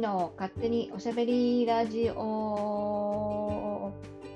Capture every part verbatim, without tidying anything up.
の勝手におしゃべりラジオ。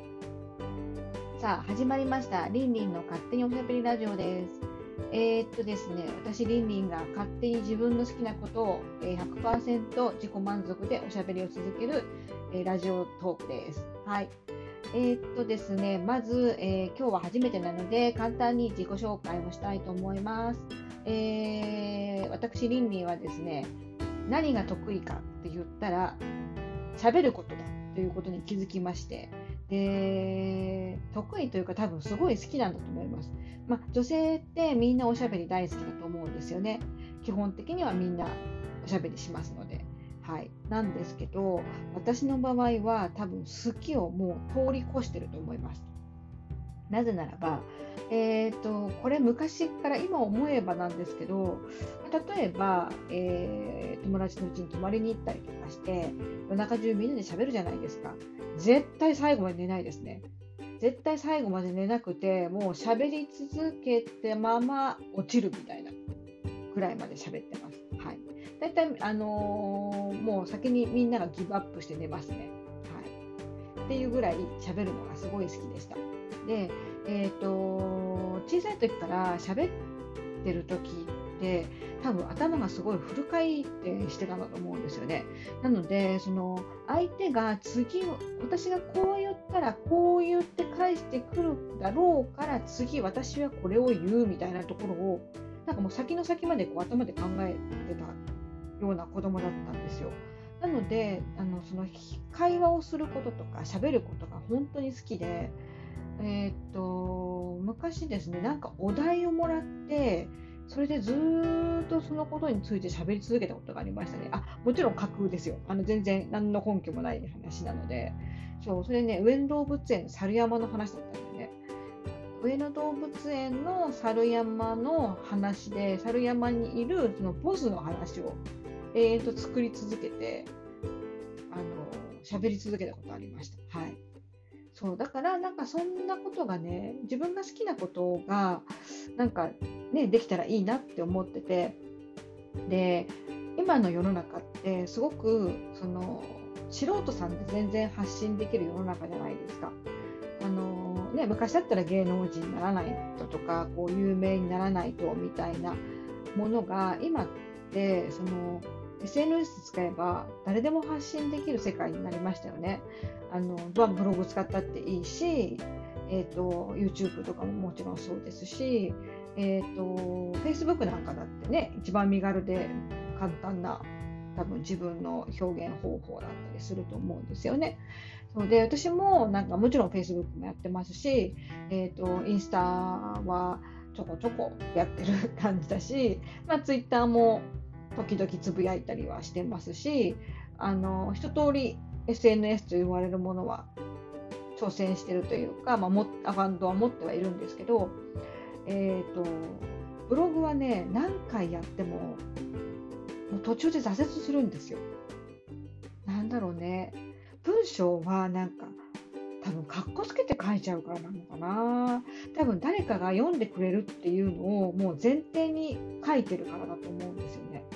さあ始まりました。リンリンの勝手におしゃべりラジオです。えー、っとですね私リンリンが勝手に自分の好きなことを ひゃくパーセント 自己満足でおしゃべりを続けるラジオトークです。はい。えー、っとですねまず、えー、今日は初めてなので簡単に自己紹介をしたいと思います。えー、私リンリンはですね何が得意かって言ったら喋ることだということに気づきまして、で得意というか多分すごい好きなんだと思います。まあ、女性ってみんなおしゃべり大好きだと思うんですよね。基本的にはみんなおしゃべりしますので、はい、なんですけど私の場合は多分好きをもう通り越してると思います。なぜならば、えーと、これ昔から今思えばなんですけど、例えば、えー友達の家に泊まりに行ったりとかして夜中中みんなで喋るじゃないですか。絶対最後まで寝ないですね。絶対最後まで寝なくてもう喋り続けてまま落ちるみたいなくらいまで喋ってます。はい。だいたい、あのーもう先にみんながギブアップして寝ますね。はい。っていうぐらい喋るのがすごい好きでした。で、えーと、小さい時から喋ってる時って多分頭がすごいフル回転してたんだと思うんですよね。なのでその相手が次私がこう言ったらこう言って返してくるだろうから次私はこれを言うみたいなところをなんかもう先の先までこう頭で考えてたような子供だったんですよ。なのであのその会話をすることとか喋ることが本当に好きで、えーっと昔ですねなんかお題をもらってそれでずーっとそのことについて喋り続けたことがありましたね。あ、もちろん架空ですよ。あの全然何の根拠もない話なので、そうそれね上野動物園の猿山の話だったんでね。上野動物園の猿山の話で猿山にいるそのボスの話を永遠と作り続けてあの喋り続けたことありました。はい。そうだからなんかそんなことがね自分が好きなことがなんかねできたらいいなって思ってて、で今の世の中ってすごくその素人さんで全然発信できる世の中じゃないですか。あのね、昔だったら芸能人にならないととかこう有名にならないとみたいなものが今ってその エスエヌエス 使えば誰でも発信できる世界になりましたよね。あのブログ使ったっていいし、えーと、YouTube とかももちろんそうですし、えーと、Facebook なんかだってね一番身軽で簡単な多分自分の表現方法だったりすると思うんですよね。そうで私もなんかもちろん Facebook もやってますし、えーと、インスタはちょこちょこやってる感じだし、まあ、Twitter も時々つぶやいたりはしてますし、あの一通り エスエヌエス と言われるものは挑戦してるというか、まあ、もアカウントは持ってはいるんですけど、えーと、ブログはね何回やっても、もう途中で挫折するんですよ。なんだろうね、文章はなんか多分カッコつけて書いちゃうからなのかな。多分誰かが読んでくれるっていうのをもう前提に書いてるからだと思うんですよね。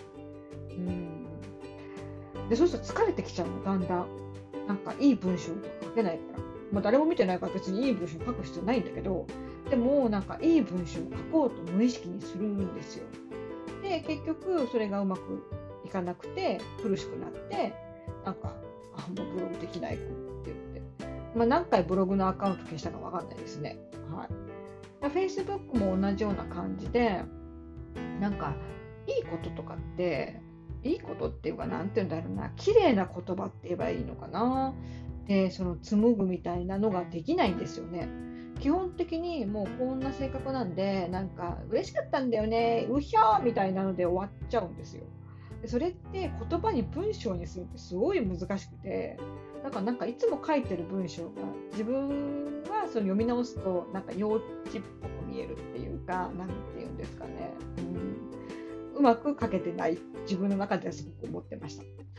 うんでそうすると疲れてきちゃうのだんだん。なんかいい文章とか書けないから、まあ、誰も見てないから別にいい文章書く必要ないんだけど、でもなんかいい文章を書こうと無意識にするんですよ。で結局それがうまくいかなくて苦しくなって、なんかあもうブログできないって言って、まあ、何回ブログのアカウント消したかわかんないですね。はい。Facebook も同じような感じで、なんかいいこととかっていいことっていうかなんていうんだろうな、綺麗な言葉って言えばいいのかな。でその紡ぐみたいなのができないんですよね。基本的にもうこんな性格なんで、なんか嬉しかったんだよねうひゃーみたいなので終わっちゃうんですよ。でそれって言葉に文章にするってすごい難しくて、だからなんかいつも書いてる文章が自分はその読み直すとなんか幼稚っぽく見えるっていうか、なんていうんですかね、うん、うまく書けてない自分の中ではすごく思ってました。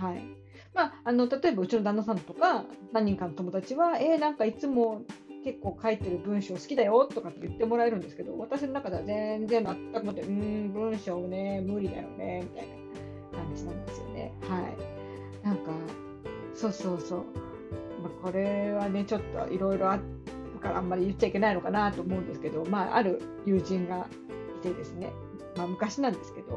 はい。まあ、あの例えばうちの旦那さんとか何人かの友達は、えー、なんかいつも結構書いてる文章好きだよとかって言ってもらえるんですけど、私の中では全然全くもって、うーん、文章ね、無理だよね、みたいな感じなんですよね。はい。 なんかそうそうそう、まあ、これはねちょっといろいろあるからあんまり言っちゃいけないのかなと思うんですけど、まあ、ある友人がいてですね、まあ、昔なんですけど、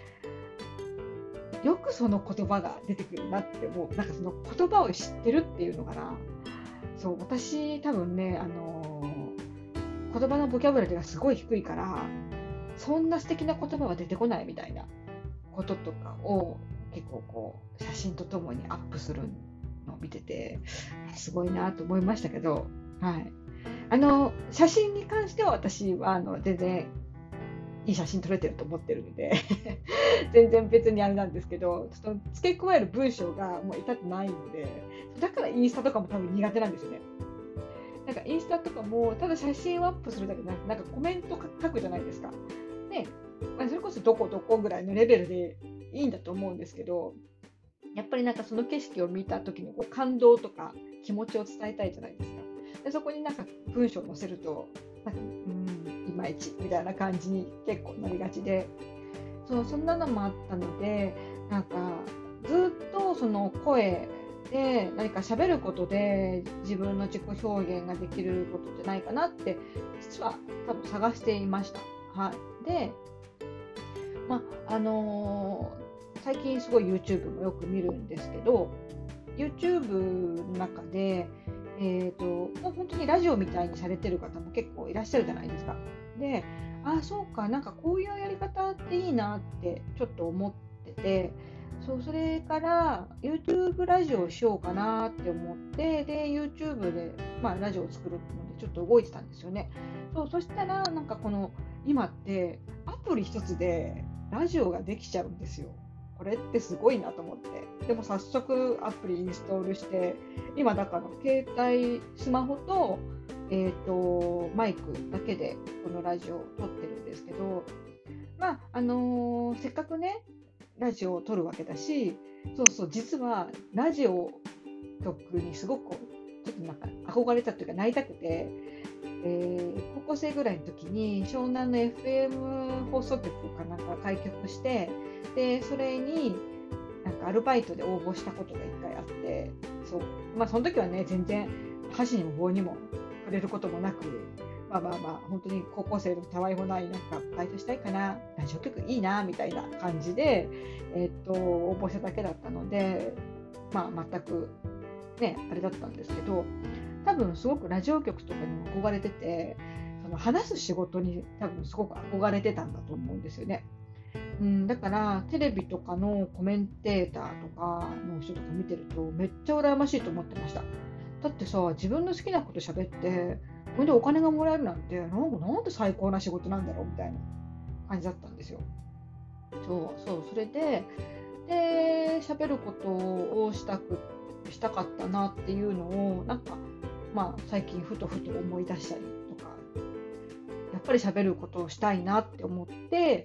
よくその言葉が出てくるなって思う。なんかその言葉を知ってるっていうのかな。そう、私多分ね、あのー言葉のボキャブラリーがすごい低いから、そんな素敵な言葉は出てこないみたいなこととかを結構こう写真とともにアップするのを見てて、すごいなと思いましたけど、はい。あの写真に関しては私はあの全然いい写真撮れてると思ってるので全然別にあれなんですけど、ちょっと付け加える文章がもう至ってないので、だからインスタとかも多分苦手なんですよね。なんかインスタとかもただ写真をアップするだけでなく、なんかコメント書くじゃないですか。で、まあ、それこそどこどこぐらいのレベルでいいんだと思うんですけど、やっぱりなんかその景色を見た時のこう感動とか気持ちを伝えたいじゃないですか。でそこになんか文章を載せると、なんかうんいまいちみたいな感じに結構なりがちで、そうそんなのもあったので、なんかずっとその声で何か喋ることで自分の自己表現ができることじゃないかなって実は多分探していました。はい、で、まああのー最近すごい YouTube もよく見るんですけど、 YouTube の中で、えーと、もう本当にラジオみたいにされてる方も結構いらっしゃるじゃないですか。で、あ、そうか、なんかこういうやり方っていいなってちょっと思ってて、そう、それから YouTube ラジオをしようかなって思って、で、YouTube で、まあ、ラジオを作るのでちょっと動いてたんですよね。そう、そしたら、なんかこの、今ってアプリ一つでラジオができちゃうんですよ。これってすごいなと思って。でも早速アプリインストールして、今だから携帯、スマホと、えーと、マイクだけでこのラジオを撮ってるんですけど、まあ、あのーせっかくね、ラジオを撮るわけだし、そうそう、実はラジオ局にすごくちょっとなんか憧れたというかなりたくて、えー高校生ぐらいの時に湘南の エフエム 放送局かなんか開局して、でそれになんかアルバイトで応募したことが一回あって、そう、まあその時はね全然箸にも棒にも触れることもなく、まあまあまあ本当に高校生のたわいもないなんかバイトしたいかな、ラジオ局いいなみたいな感じで、えーっと応募しただけだったので、まあ全くねあれだったんですけど、多分すごくラジオ局とかにも憧れてて、その話す仕事に多分すごく憧れてたんだと思うんですよね。うん、だからテレビとかのコメンテーターとかの人とか見てるとめっちゃ羨ましいと思ってました。だってさ、自分の好きなこと喋ってこれでお金がもらえるなんて、なんかなんて最高な仕事なんだろうみたいな感じだったんですよ。そうそう、それでで喋ることをしたくしたかったなっていうのをなんか、まあ、最近ふとふと思い出したりとか、やっぱり喋ることをしたいなって思って、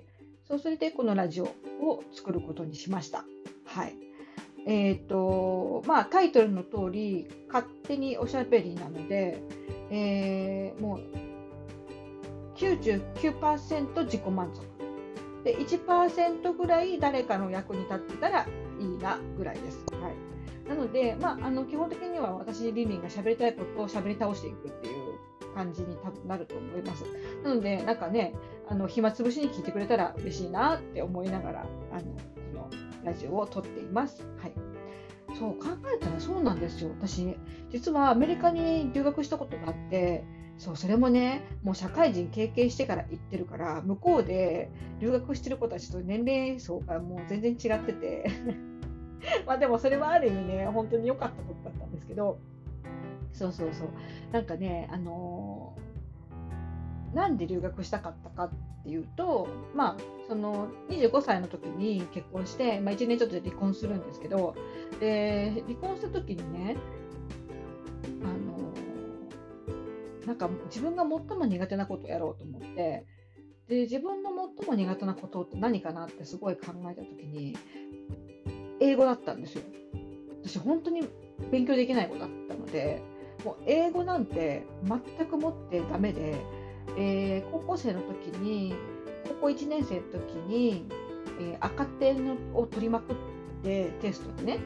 そうそれでこのラジオを作ることにしました。はい。えっとまあタイトルの通り勝手におしゃべりなので、えーもうきゅうじゅうきゅうパーセント自己満足で、いちパーセントぐらい誰かの役に立ってたらいいなぐらいです。はい、なので、まあ、あの基本的には私リンリンが喋りたいことを喋り倒していくっていう感じに多分なると思います。なのでなんかね、あの暇つぶしに聞いてくれたら嬉しいなって思いながら、あのこのラジオを撮っています。はい、そう考えたらそうなんですよ。私実はアメリカに留学したことがあって、そうそれもね、もう社会人経験してから行ってるから、向こうで留学してる子たちと年齢層がもう全然違っててまあでもそれはある意味ね本当に良かったことだったんですけど、そうそうそう、なんかね、あのーなんで留学したかったかっていうと、まあ、そのにじゅうごさいの時に結婚して、まあ、いちねんちょっとで離婚するんですけど、で離婚した時にね、あのなんか自分が最も苦手なことをやろうと思って、で自分の最も苦手なことって何かなってすごい考えた時に英語だったんですよ。私本当に勉強できない子だったので、もう英語なんて全くもってダメで、えー高校生の時に高校いちねん生の時に、えー赤点のを取りまくってテストでね、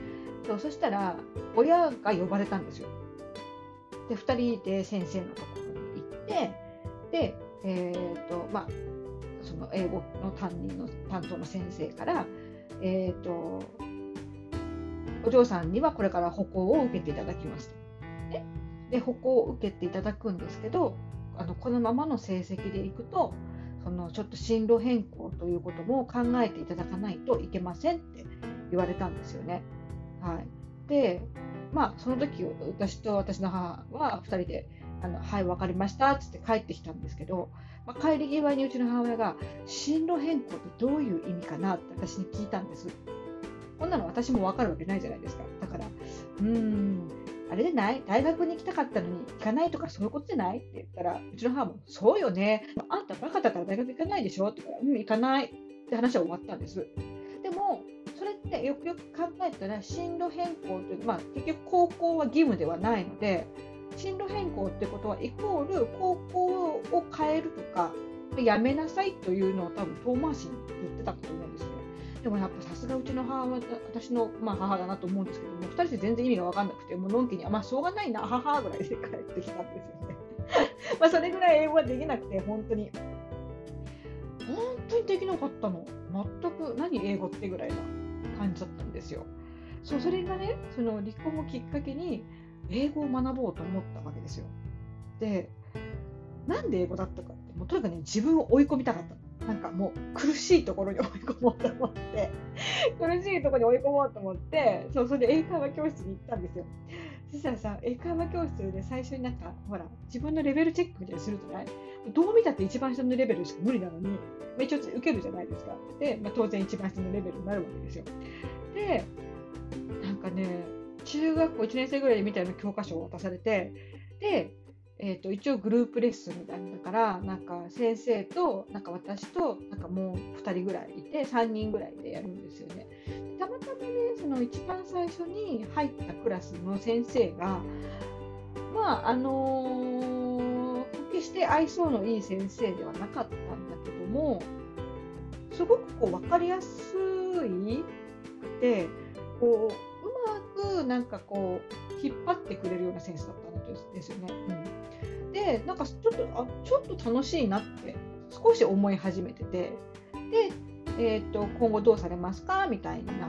そう、そしたら親が呼ばれたんですよ。で、ふたりで先生のところに行って、で、えーとまあ、その英語の担任の担当の先生から、えーとお嬢さんにはこれから歩行を受けていただきますと。ね、で歩行を受けていただくんですけど、あのこのままの成績でいくと、そのちょっと進路変更ということも考えていただかないといけませんって言われたんですよね。はい、で、まあ、その時私と私の母はふたりであのはい、分かりましたって言って帰ってきたんですけど、まあ、帰り際にうちの母親が進路変更ってどういう意味かなって私に聞いたんです。こんなの私も分かるわけないじゃないですか。だから、うーん、あれでない大学に行きたかったのに行かないとかそういうことじゃないって言ったら、うちの母も、そうよね。あんたバカだから大学行かないでしょって言ったら、うん、行かないって話は終わったんです。でも、それってよくよく考えたら、進路変更という、まあ、結局高校は義務ではないので、進路変更ってことはイコール高校を変えるとか、やめなさいというのを多分遠回しに言ってたと思うんですね。でもやっぱさすがうちの母は私の、まあ、母だなと思うんですけども、ふたりで全然意味が分かんなくて、もうのんきに、まあ、しょうがないな、母ぐらいで帰ってきたんですよね。まあそれぐらい英語はできなくて、本当に、本当にできなかったの。全く何英語ってぐらいな感じだったんですよ。そう、それがね、その離婚をきっかけに英語を学ぼうと思ったわけですよ。で、なんで英語だったかって、もうとにかくね、自分を追い込みたかったの。なんかもう苦しいところに追い込もうと思って、苦しいところに追い込もうと思って、そう、それで英会話教室に行ったんですよ。そしたらさ、英会話教室で最初になんか、ほら、自分のレベルチェックみたいにするじゃない？どう見たって一番下のレベルしか無理なのに、まあ一応受けるじゃないですか。で、まあ、当然一番下のレベルになるわけですよ。で、なんかね、中学校いちねん生ぐらいでみたいな教科書を渡されて、で、えー、と一応グループレッスンみたいなのだから、なんか先生となんか私となんかもうふたりぐらいいてさんにんぐらいでやるんですよね。でたまたまね、その一番最初に入ったクラスの先生が、まああのー、決して愛想のいい先生ではなかったんだけども、すごくこう分かりやすいくて、こううまくなんかこう引っ張ってくれるような先生だったんですよね。うん、で、なんかちょっとあちょっと楽しいなって少し思い始めてて、で、えー、と今後どうされますかみたいになって、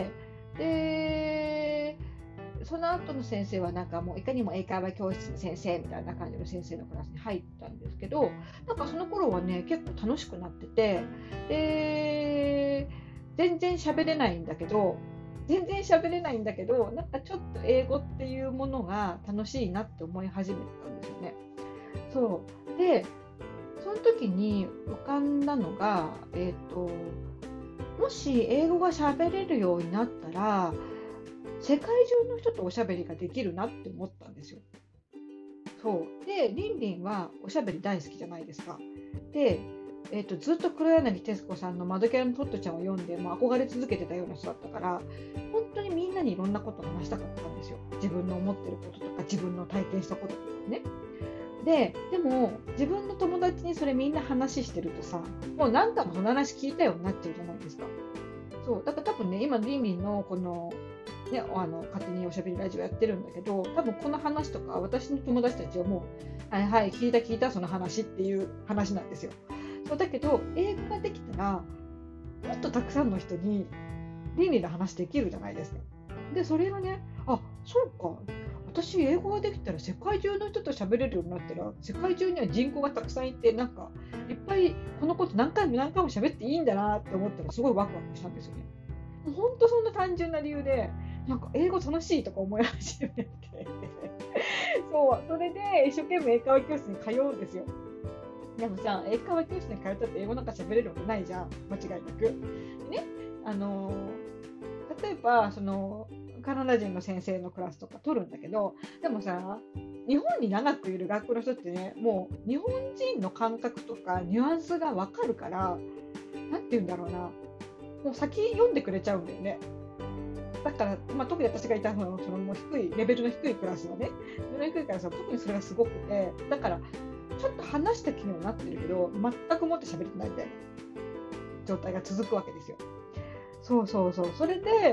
でその後の先生はなんかもういかにも英会話教室の先生みたいな感じの先生のクラスに入ったんですけど、なんかその頃はね結構楽しくなってて、で全然喋れないんだけど全然喋れないんだけどなんかちょっと英語っていうものが楽しいなって思い始めたんですよね。そうで、その時に浮かんだのが、えーと、もし英語が喋れるようになったら世界中の人とおしゃべりができるなって思ったんですよ。そうで、リンリンはおしゃべり大好きじゃないですか。で、えーと、ずっと黒柳徹子さんの窓キャラのトットちゃんを読んで、もう憧れ続けてたような人だったから、本当にみんなにいろんなことを話したかったんですよ。自分の思ってることとか自分の体験したこととかね。で、でも自分の友達にそれみんな話してるとさ、もう何回もその話聞いたようになっちゃうじゃないですか。そうだから多分ね、今リンリンのこのね、あの勝手におしゃべりラジオやってるんだけど、多分この話とか私の友達たちはもうはいはい聞いた聞いたその話っていう話なんですよ。そうだけど英語ができたらもっとたくさんの人に倫理の話できるじゃないですか。でそれがね、あ、そうか、私英語ができたら世界中の人と喋れるようになったら世界中には人口がたくさんいて、なんかいっぱいこのこと何回も何回も喋っていいんだなって思ったらすごいワクワクしたんですよね。本当そんな単純な理由でなんか英語楽しいとか思い始めてそう、それで一生懸命英会話教室に通うんですよ。でもさ、英会話教室に通ったって英語なんか喋れるわけないじゃん、間違いなく。でね、あのー、例えばそのカナダ人の先生のクラスとか取るんだけど、でもさ、日本に長くいる学校の人ってね、もう日本人の感覚とかニュアンスがわかるから、なんて言うんだろうな、もう先読んでくれちゃうんだよね。だから、まあ、特に私がいたのはそのもう低いレベルの低いクラスはね、レベルの低いクラスは特にそれがすごくて、だからちょっと話した気にはなってるけど全くもって喋れてないみたいな状態が続くわけですよ。そうそうそう。それで、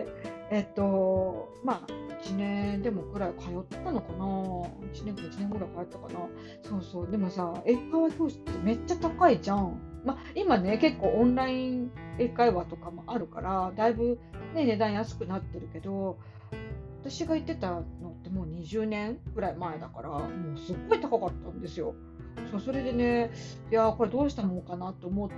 えっと、まあ、いちねんでもくらい通ったのかな。いちねんかいちねんぐらい通ったかな。そうそう。でもさ、英会話教室ってめっちゃ高いじゃん。まあ、今ね、結構オンライン英会話とかもあるから、だいぶね、値段安くなってるけど、私が行ってたのってもうにじゅうねんぐらい前だから、もうすっごい高かったんですよ。そう、それでね、いやー、これどうしたもんかなと思って、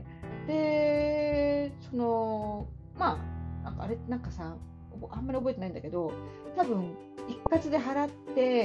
で、その、まあ、なんかあれ、なんかさ、あんまり覚えてないんだけど、多分、一括で払って、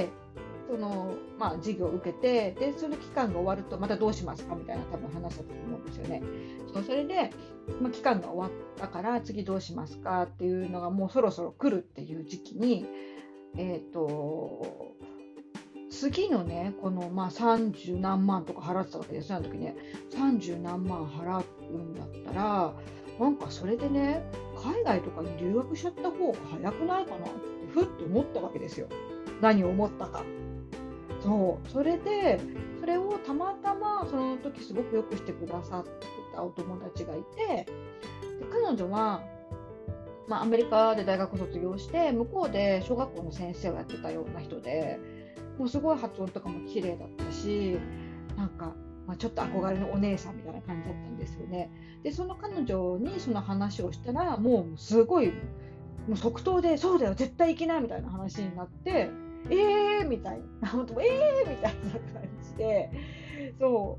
その、まあ、授業を受けて、で、その期間が終わると、またどうしますかみたいな多分話だったと思うんですよね。そう、それで、まあ、期間が終わったから、次どうしますかっていうのがもうそろそろ来るっていう時期に、えっと、次のね、この、まあ、さんじゅう何万とか払ってたわけですよ、あの時ね。さんじゅう何万払うんだったら、なんかそれでね、海外とかに留学しちゃった方が早くないかなって、ふっと思ったわけですよ。何を思ったか。そう。それで、それをたまたま、その時すごくよくしてくださってたお友達がいて、で彼女は、まあ、アメリカで大学卒業して、向こうで小学校の先生をやってたような人で、もうすごい発音とかも綺麗だったし、なんか、まあ、ちょっと憧れのお姉さんみたいな感じだったんですよね。で、その彼女にその話をしたら、もうすごい、もう即答で、そうだよ、絶対行きなみたいな話になって、えーみたいな、本当、えーみたいな感じで、そう、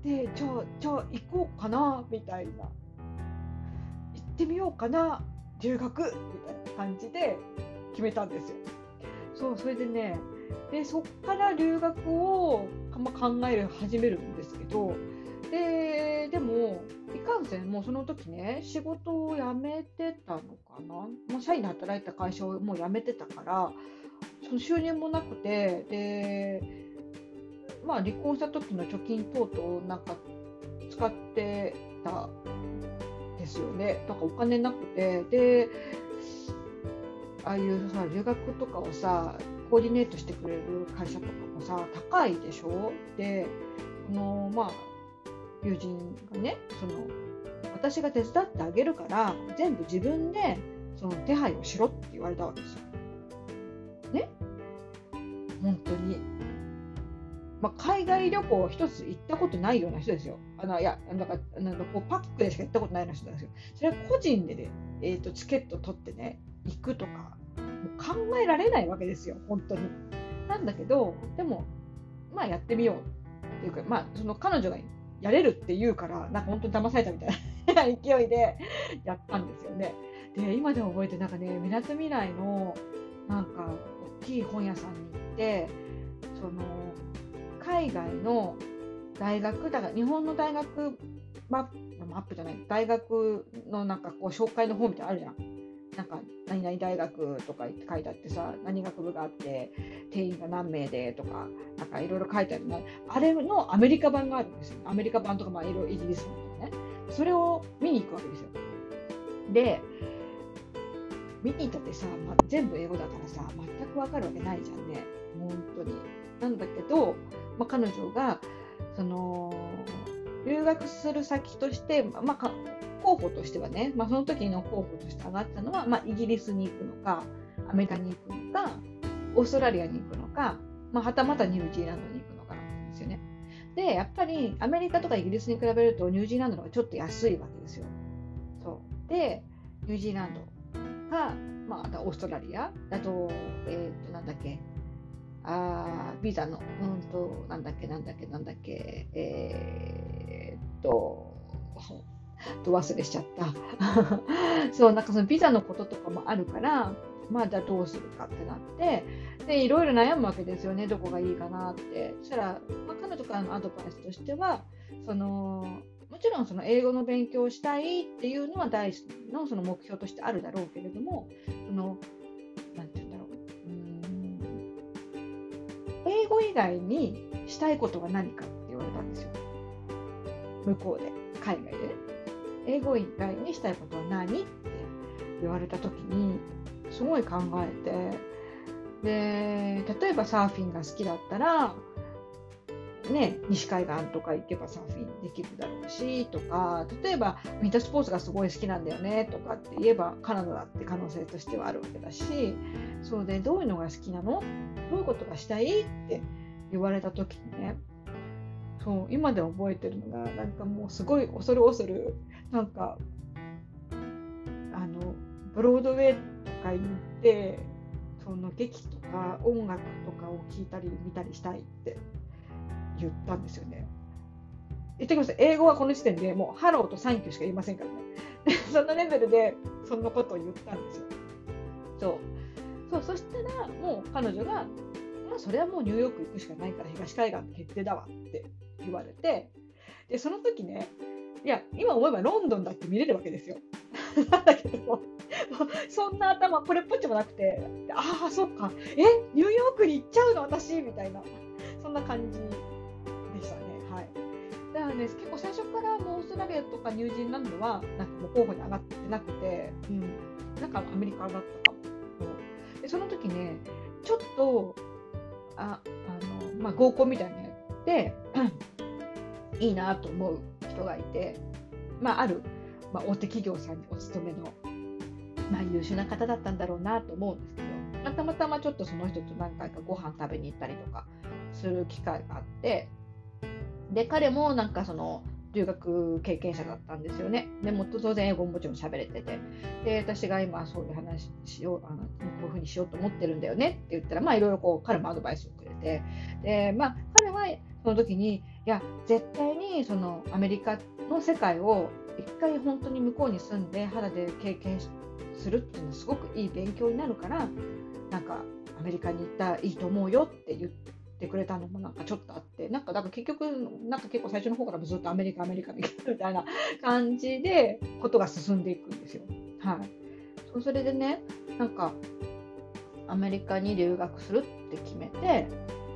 で、ちょ、ちょ、行こうかなみたいな、行ってみようかな、留学みたいな感じで決めたんですよ。そう、それでね、で、そこから留学を、ま、考える始めるんですけど、で、でも、いかんせん、もうその時ね、仕事を辞めてたのかな、もう社員で働いた会社をもう辞めてたから、その収入もなくて、で、まあ、離婚した時の貯金等々なんか使ってたんですよね。だからお金なくて、で、ああいうさ、留学とかをさ、コーディネートしてくれる会社とかもさ、高いでしょ。で、この、まあ、友人がね、その、私が手伝ってあげるから、全部自分で、その手配をしろって言われたわけですよ。ね、本当に。まあ、海外旅行一つ行ったことないような人ですよ。あの、いや、なんか、なんかこうパックでしか行ったことないような人なんですよ。それは個人でね、えーと、チケット取ってね、行くとか、もう考えられないわけですよ、本当に。なんだけど、でも、まあやってみようっていうか、まあ、その彼女がやれるって言うから、なんか本当に騙されたみたいな勢いでやったんですよね。で、今でも覚えて、なんかね、みなとみらいの、なんか、大きい本屋さんに行って、その、海外の大学、だから日本の大学マップ、マップじゃない、大学のなんかこう紹介の本みたいなのあるじゃん。なんか、何々大学とか言って書いてあってさ、何学部があって、定員が何名でとか、なんかいろいろ書いてあるね。あれのアメリカ版があるんですよ。アメリカ版とか、まあいろいろイギリス版とかね。それを見に行くわけですよ。で、見に行ったってさ、まあ、全部英語だからさ、全くわかるわけないじゃんね。本当に。なんだけど、まあ、彼女が、その、留学する先として、まあ、候補としてはね、まあ、その時の候補として上がったのは、まあ、イギリスに行くのか、アメリカに行くのか、オーストラリアに行くのか、まあ、はたまたニュージーランドに行くのかなんですよね。で、やっぱりアメリカとかイギリスに比べるとニュージーランドの方がちょっと安いわけですよ。そう。で、ニュージーランドか、まあ、オーストラリアだと、えっと、なんだっけ、あビザの、うんと、なんだっけ、なんだっけ、なんだっけ、えー、っと、と忘れしちゃった。そう、なんかそのビザのこととかもあるから、まあ、じゃあどうするかってなって、で、いろいろ悩むわけですよね、どこがいいかなって。そしたら、まあ、彼女からのアドバイスとしては、その、もちろんその英語の勉強をしたいっていうのは第一のその目標としてあるだろうけれども、その、なんて言うんだろう。英語以外にしたいことは何かって言われたんですよ。向こうで、海外でね。英語以外にしたいことは何って言われたときに、すごい考えて、で、例えばサーフィンが好きだったら、 ね、西海岸とか行けばサーフィンできるだろうしとか、例えばウィンタースポーツがすごい好きなんだよねとかって言えばカナダだって可能性としてはあるわけだし、そうで、どういうのが好きなの、どういうことがしたいって言われた時にね、そう今で覚えてるのが、なんかもうすごい恐る恐る、なんかあのブロードウェイとか行ってその劇とか音楽とかを聴いたり見たりしたいって言ったんですよね。言ってきました。英語はこの時点でもうハローとサンキューしか言いませんからね。そのレベルでそんなことを言ったんですよ。そうそう、そしたらもう彼女が、まあ、それはもうニューヨーク行くしかないから東海岸決定だわって言われて、でその時ね、いや今思えばロンドンだって見れるわけですよ。なんだけどそんな頭これっぽっちもなくて、ああそっか、えニューヨークに行っちゃうの私みたいな、そんな感じでしたね。はい。だからね、結構最初からもうオーストラリアとかニュージーランドはなんかもう候補に上がってなくて、うん、なんかアメリカだったかも。でその時ね、ちょっとああの、まあ、合コンみたいなのやって、うん、いいなと思う人がいて、まあ、ある、まあ、大手企業さんにお勤めの、まあ、優秀な方だったんだろうなと思うんですけど、まあ、たまたまちょっとその人と何回かご飯食べに行ったりとかする機会があって、で彼もなんかその留学経験者だったんですよね。でも当然英語ももちろん喋れてて、で私が今そういう話しよう、あのこういうふうにしようと思ってるんだよねって言ったら、まあいろいろこう彼もアドバイスをくれて、でまあ彼はその時に、いや絶対にそのアメリカの世界を一回本当に向こうに住んで肌で経験するっていうのはすごくいい勉強になるから、なんかアメリカに行ったらいいと思うよって言ってくれたのもなんかちょっとあって、なんかだから結局なんか結構最初の方からずっとアメリカアメリカみたいな感じでことが進んでいくんですよ。はい。そう、それでね、なんかアメリカに留学するって決めて、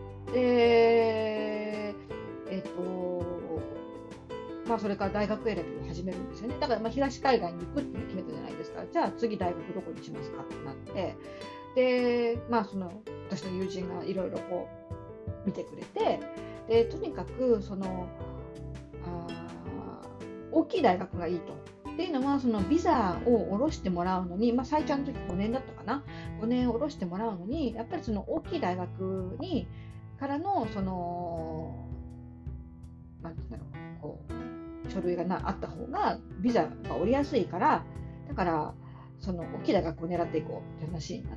でえっとまあ、それから大学選びを始めるんですよね。だからまあ東海岸に行くって決めたじゃないですか。じゃあ次大学どこにしますかってなって、で、まあ、その私の友人がいろいろこう見てくれて、でとにかくそのあ大きい大学がいいと。っていうのはそのビザを下ろしてもらうのに、まあ、最長の時ごねんだったかな、ごねん下ろしてもらうのにやっぱりその大きい大学にからのそのなんていうんだろう、こう書類がなあった方がビザが下りやすいから、だからその大きい大学を狙っていこうって話になって、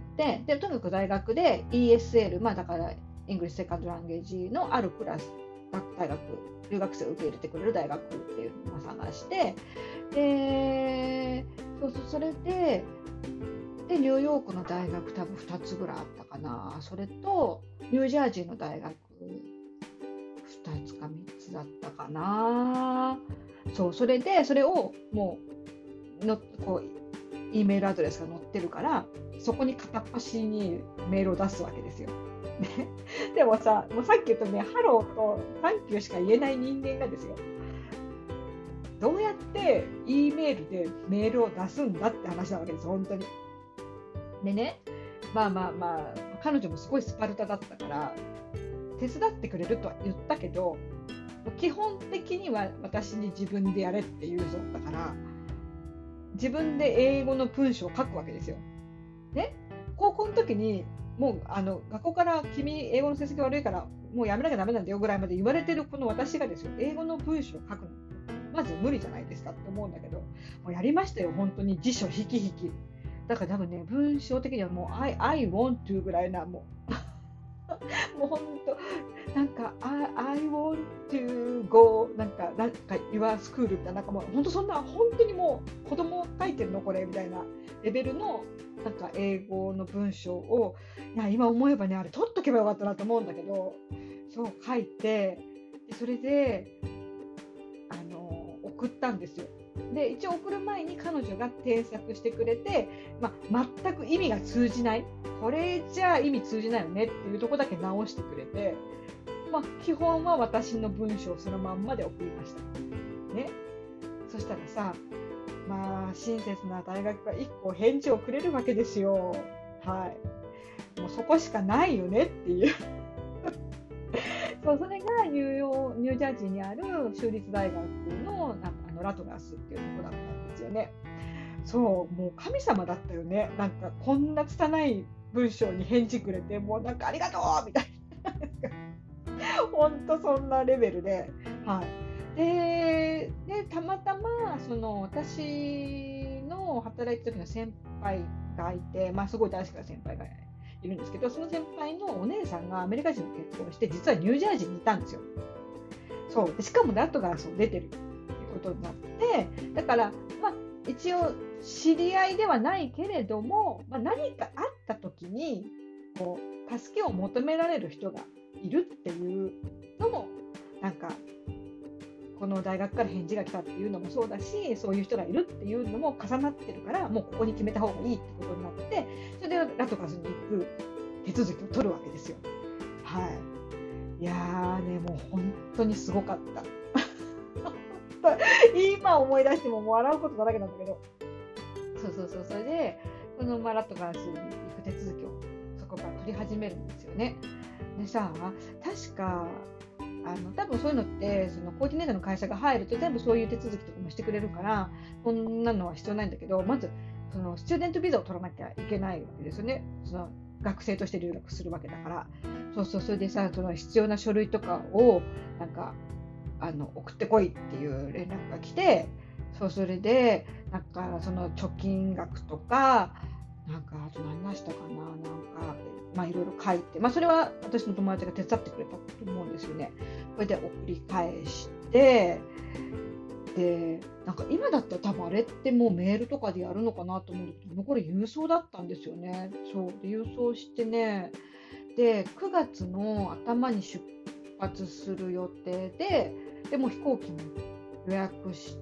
でとにかく大学で イーエスエル、まあ、だからイングリッシュセカンドランゲージのあるクラス大学、留学生を受け入れてくれる大学っていうのを探して、でそうそう、それででニューヨークの大学多分ふたつぐらいあったかな、それとニュージャージーの大学ふたつかみっつだったかな。そう、それでそれをもうのこう E メールアドレスが載ってるから、そこに片っ端にメールを出すわけですよ。ね、でもさ、もうさっき言ったね、ハローとサンキューしか言えない人間がですよ、どうやって E メールでメールを出すんだって話なわけです、本当に。でね、まあまあまあ、彼女もすごいスパルタだったから、手伝ってくれるとは言ったけど、基本的には私に自分でやれっていう人だったから、自分で英語の文章を書くわけですよ。ね、高校の時にもうあの学校から君英語の成績悪いからもうやめなきゃダメなんだよぐらいまで言われてるこの私がですよ、英語の文章を書くのまず無理じゃないですかって思うんだけど、もうやりましたよ、本当に辞書引き引き。だから多分ね、文章的にはもう I, I want to ぐらいな、もうもう本当なんか I, I want to go なんかなんか your school みたいな、なんかもう本当そんな本当にもう子供書いてるのこれみたいなレベルのなんか英語の文章を、いや今思えばね、あれ取っとけばよかったなと思うんだけど、そう書いて、でそれであの送ったんですよ。で一応送る前に彼女が添削してくれて、まあ、全く意味が通じない、これじゃあ意味通じないよねっていうところだけ直してくれて、まあ、基本は私の文章をそのまんまで送りました、ね、そしたらさ、まあ親切な大学がいっこ返事をくれるわけですよ。はい、もうそこしかないよねっていうそう、それがニューヨーニュージャージーにある州立大学のなんかあのラトガースっていうところだったんですよね。そう、もう神様だったよね。なんかこんな拙い文章に返事くれて、もうなんかありがとうみたいな。本当そんなレベルで、はい。で、でたまたまその私の働いた時の先輩がいて、まあすごい大好きな先輩がいるんですけど、その先輩のお姉さんがアメリカ人と結婚して、実はニュージャージーにいたんですよ。そうでしかもラトガースを出てるっていうことになって、だからまあ一応知り合いではないけれども、まあ、何かあった時にこう助けを求められる人がいるっていうのもなんかこの大学から返事が来たっていうのもそうだし、そういう人がいるっていうのも重なってるから、もうここに決めた方がいいってことになって、それでラトガースに行く手続きを取るわけですよ。はい。いやーね、もう本当にすごかった。今思い出してももう笑うことだらけなんだけど、そうそうそう、それでそのまあラトガースに行く手続きをそこから取り始めるんですよね。でさ、確かあの多分そういうのってそのコーディネーターの会社が入ると全部そういう手続きとかもしてくれるから、こんなのは必要ないんだけど、まずそのスチューデントビザを取らなきゃいけないわけですよね。その学生として留学するわけだから。そうそう、それでさ、その必要な書類とかをなんかあの送ってこいっていう連絡が来て、そう、それでなんかその貯金額とか、なんかあと何出したかな、なんかまあいろいろ書いて、まあそれは私の友達が手伝ってくれたと思うんですよね。これで送り返して、でなんか今だったら多分あれってもうメールとかでやるのかなと思うけど、これ郵送だったんですよね。そうで郵送してね、でくがつの頭に出発する予定で、でも飛行機も予約して、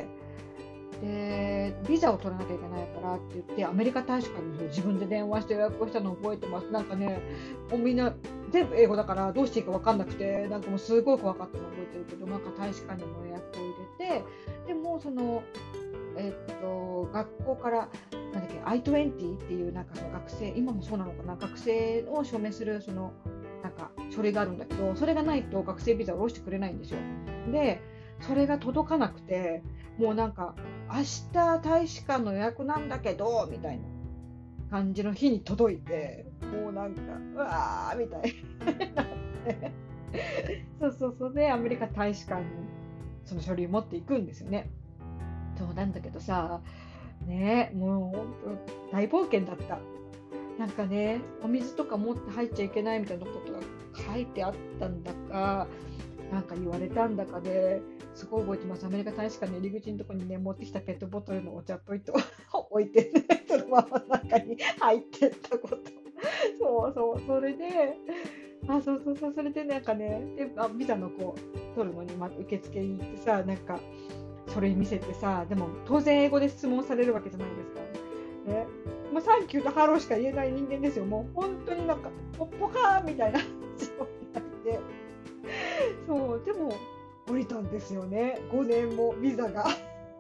でビザを取らなきゃいけないからって言ってアメリカ大使館に自分で電話して予約をしたのを覚えてます。なんかね、もうみんな全部英語だからどうしていいか分かんなくて、なんかもうすごい怖かったのを覚えてるけど、なんか大使館にも予約を入れて、でもそのえっと学校からなんだっけ アイトゥエンティー っていうなんかその学生、今もそうなのかな、学生を証明するそのなんか書類があるんだけど、それがないと学生ビザを下ろしてくれないんですよ。でそれが届かなくて、もうなんか明日大使館の予約なんだけどみたいな感じの日に届いて、もうなんかうわーみたいになってそうそう、そうでアメリカ大使館にその書類持っていくんですよね。そうなんだけどさ、ね、もう本当大冒険だった。なんかね、お水とか持って入っちゃいけないみたいなことが書いてあったんだか、なんか言われたんだかで、すごい覚えてます。アメリカ大使館の入り口のところにね、持ってきたペットボトルのお茶と糸を置いて、ね、そのまま中に入ってったこと。そうそう、それで、あ、そうそうそう、それでなんかね、であビザのこう取るのに、ま、受付に行ってさ、なんか書類見せてさ、でも当然英語で質問されるわけじゃないですか。ね、まあ、サンキューとハローしか言えない人間ですよ。もう本当になんかポッポカーみたいな状態で、そうでも降りたんですよね。ごねんもビザが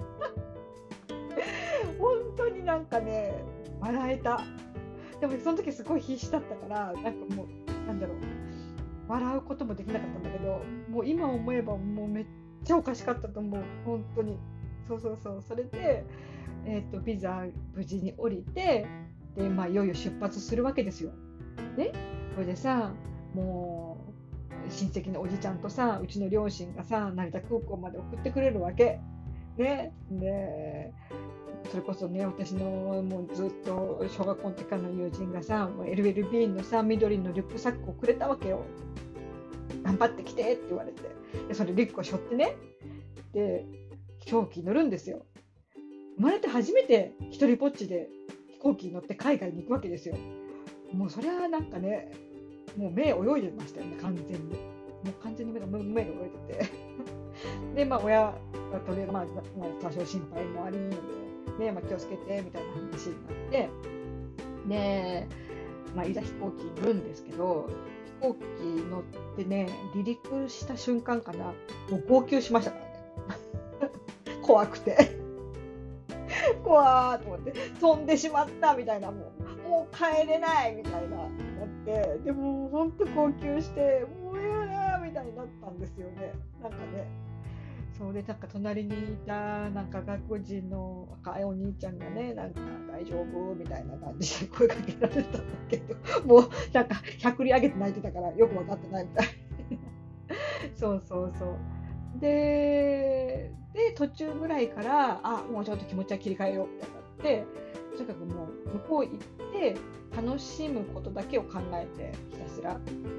本当になんかね、笑えた。でもその時すごい必死だったから、なんかもうなんだろう、笑うこともできなかったんだけど、もう今思えばもうめっちゃおかしかったと思う、本当に。そうそうそう、それで、えー、とビザ無事に降りて、で、まあ、いよいよ出発するわけですよ。ね、これでさ、もう親戚のおじちゃんとさ、うちの両親がさ、成田空港まで送ってくれるわけ。ね、でそれこそね、私のもうずっと小学校の時からの友人がさ、エルエルビー のさ、緑のリュックサックをくれたわけよ。頑張ってきてって言われて、でそれリュックを背負ってね、で飛行機に乗るんですよ。生まれて初めて一人ぼっちで飛行機に乗って海外に行くわけですよ。もうそれはなんかね、もう目泳いでましたよね、完全に。もう完全に目が目が泳いでてで、まあ親がとりあえず、まあ、多少心配もありので、ね、まあ、気をつけてみたいな話になって、で、まあ、いざ飛行機に乗るんですけど、飛行機乗ってね、離陸した瞬間かな、もう号泣しましたからね怖くて怖ーと思って、飛んでしまったみたいな、もうもう帰れないみたいななって、でも本当号泣して、もうやだみたいですよね。なんかね、そうで、なんか隣にいたなんか外国人の若いお兄ちゃんがね、なんか大丈夫みたいな感じで声かけられたんだけど、もうなんかひゃくり上げて泣いてたからよく分かってないみたい。そうそうそう。で、で途中ぐらいからあもうちょっと気持ちは切り替えようみたいになって、とにかくもう向こう行って楽しむことだけを考えてひたすらあの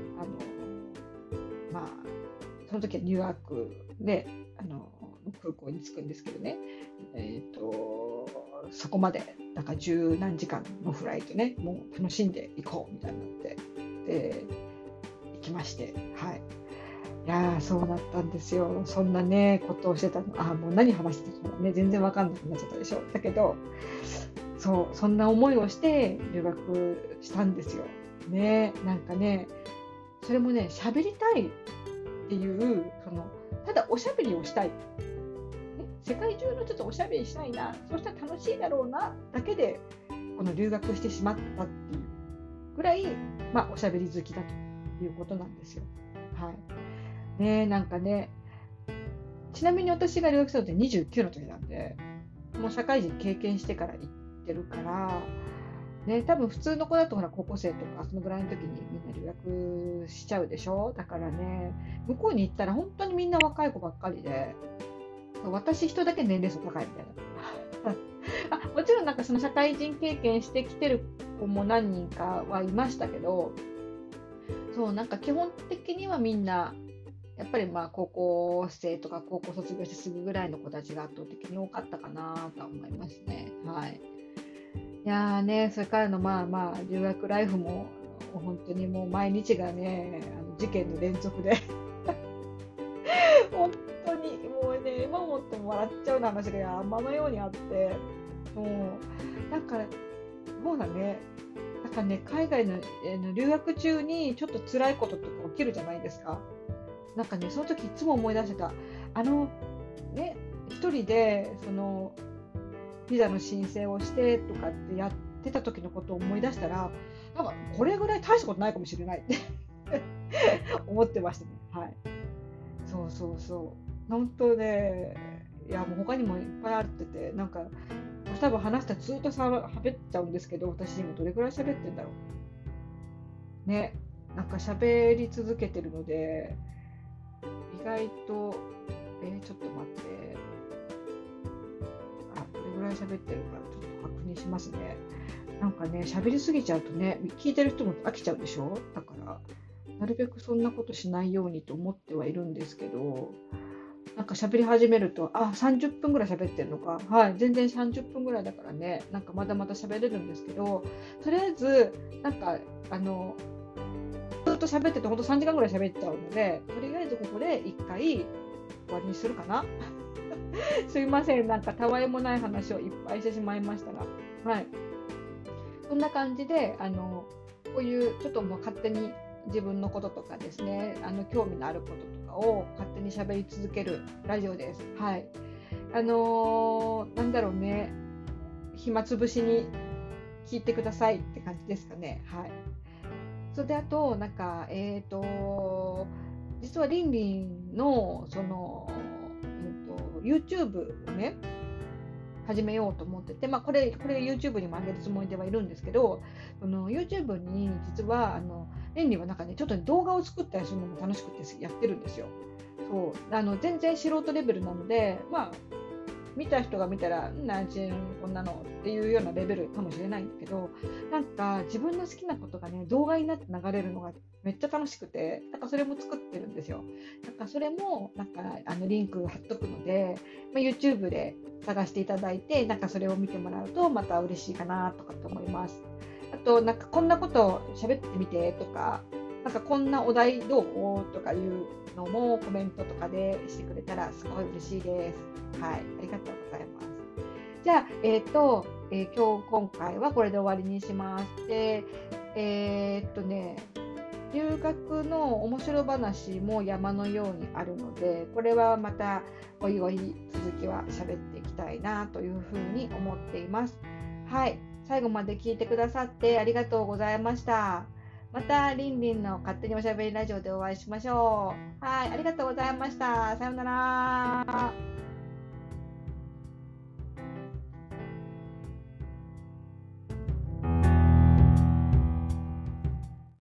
まあその時はニューヨークであの空港に着くんですけどね、えー、とそこまでだから十何時間のフライトね、もう楽しんでいこうみたいになってで行きまして、はい。いやーそうだったんですよ。そんなねことをしてたの、あもう何話してたかね全然わかんなくなっちゃったでしょ。だけどそうそんな思いをして留学したんですよ。ね、なんかねそれもね喋りたいっていうそのただおしゃべりをしたい、ね、世界中のちょっとおしゃべりしたいな、そしたら楽しいだろうなだけでこの留学してしまったっていうぐらい、まあ、おしゃべり好きだということなんですよ。はいね、なんかねちなみに私が留学したのってにじゅうきゅうの時なんで、もう社会人経験してから行ってるから、ね、多分普通の子だとほら高校生とかそのぐらいの時にみんな留学しちゃうでしょ。だからね向こうに行ったら本当にみんな若い子ばっかりで、私一人だけ年齢層高いみたいなあもちろんなんかその社会人経験してきてる子も何人かはいましたけど、そうなんか基本的にはみんなやっぱりまあ高校生とか高校卒業してすぐぐらいの子たちが圧倒的に多かったかなとは思いますね。はい。いやーね、それからのまあまあ留学ライフも本当にもう毎日がねあの事件の連続で本当にもうね今思っても笑っちゃうような話が山のようにあって、もうなんかそうだね、なんかね海外の、えー留学中にちょっと辛いこととか起きるじゃないですか。なんかねその時いつも思い出してた、あのね一人でそのビザの申請をしてとかってやってた時のことを思い出したら、なんかこれぐらい大したことないかもしれないって思ってましたね。はい。そうそうそう。本当ね、いやもう他にもいっぱいあってて、なんか多分話したらずっとさ喋っちゃうんですけど、私今どれぐらい喋ってんだろう。ね、なんか喋り続けてるので、意外と、えー、ちょっと待って。どれぐらい喋ってるかちょっと確認しますね。なんかね喋りすぎちゃうとね聞いてる人も飽きちゃうでしょ。だからなるべくそんなことしないようにと思ってはいるんですけど、なんか喋り始めるとあさんじゅっぷんぐらい喋ってるのか、はい全然さんじゅっぷんぐらいだからね、なんかまだまだ喋れるんですけど、とりあえずなんかあのずっと喋っててほんとさんじかんぐらい喋っちゃうので、とりあえずここでいっかい終わりにするかなすいません、なんかたわいもない話をいっぱいしてしまいましたが、はい、そんな感じであのこういうちょっともう勝手に自分のこととかですね、あの興味のあることとかを勝手に喋り続けるラジオです。はい、あのー、なんだろうね、暇つぶしに聞いてくださいって感じですかね。はい。それであとなんかえっ、ー、と実はリンリンのそのYouTube をね始めようと思ってて、まあ、これこれ YouTube にも上げるつもりではいるんですけど、その YouTube に実はあのレンリーはなんかねちょっと動画を作ったりするのも楽しくてやってるんですよ。そうあの全然素人レベルなので、まあ見た人が見たら何ちゅうこんなのっていうようなレベルかもしれないんだけど、なんか自分の好きなことがね動画になって流れるのがめっちゃ楽しくて、なんかそれも作ってるんですよ。なんかそれもなんかあのリンク貼っとくので、まあ、YouTube で探していただいて、なんかそれを見てもらうとまた嬉しいかなとかと思います。あとなんかこんなことを喋ってみてとか、なんかこんなお題どうとかいうのもコメントとかでしてくれたらすごい嬉しいです。はい、ありがとうございます。じゃあ、えっと、えー、今日今回はこれで終わりにします。で、えー、っとね、留学の面白話も山のようにあるので、これはまたおいおい続きは喋っていきたいなというふうに思っています。はい、最後まで聞いてくださってありがとうございました。 また、りんりんの勝手におしゃべりラジオでお会いしましょう。はい、ありがとうございました。さようなら。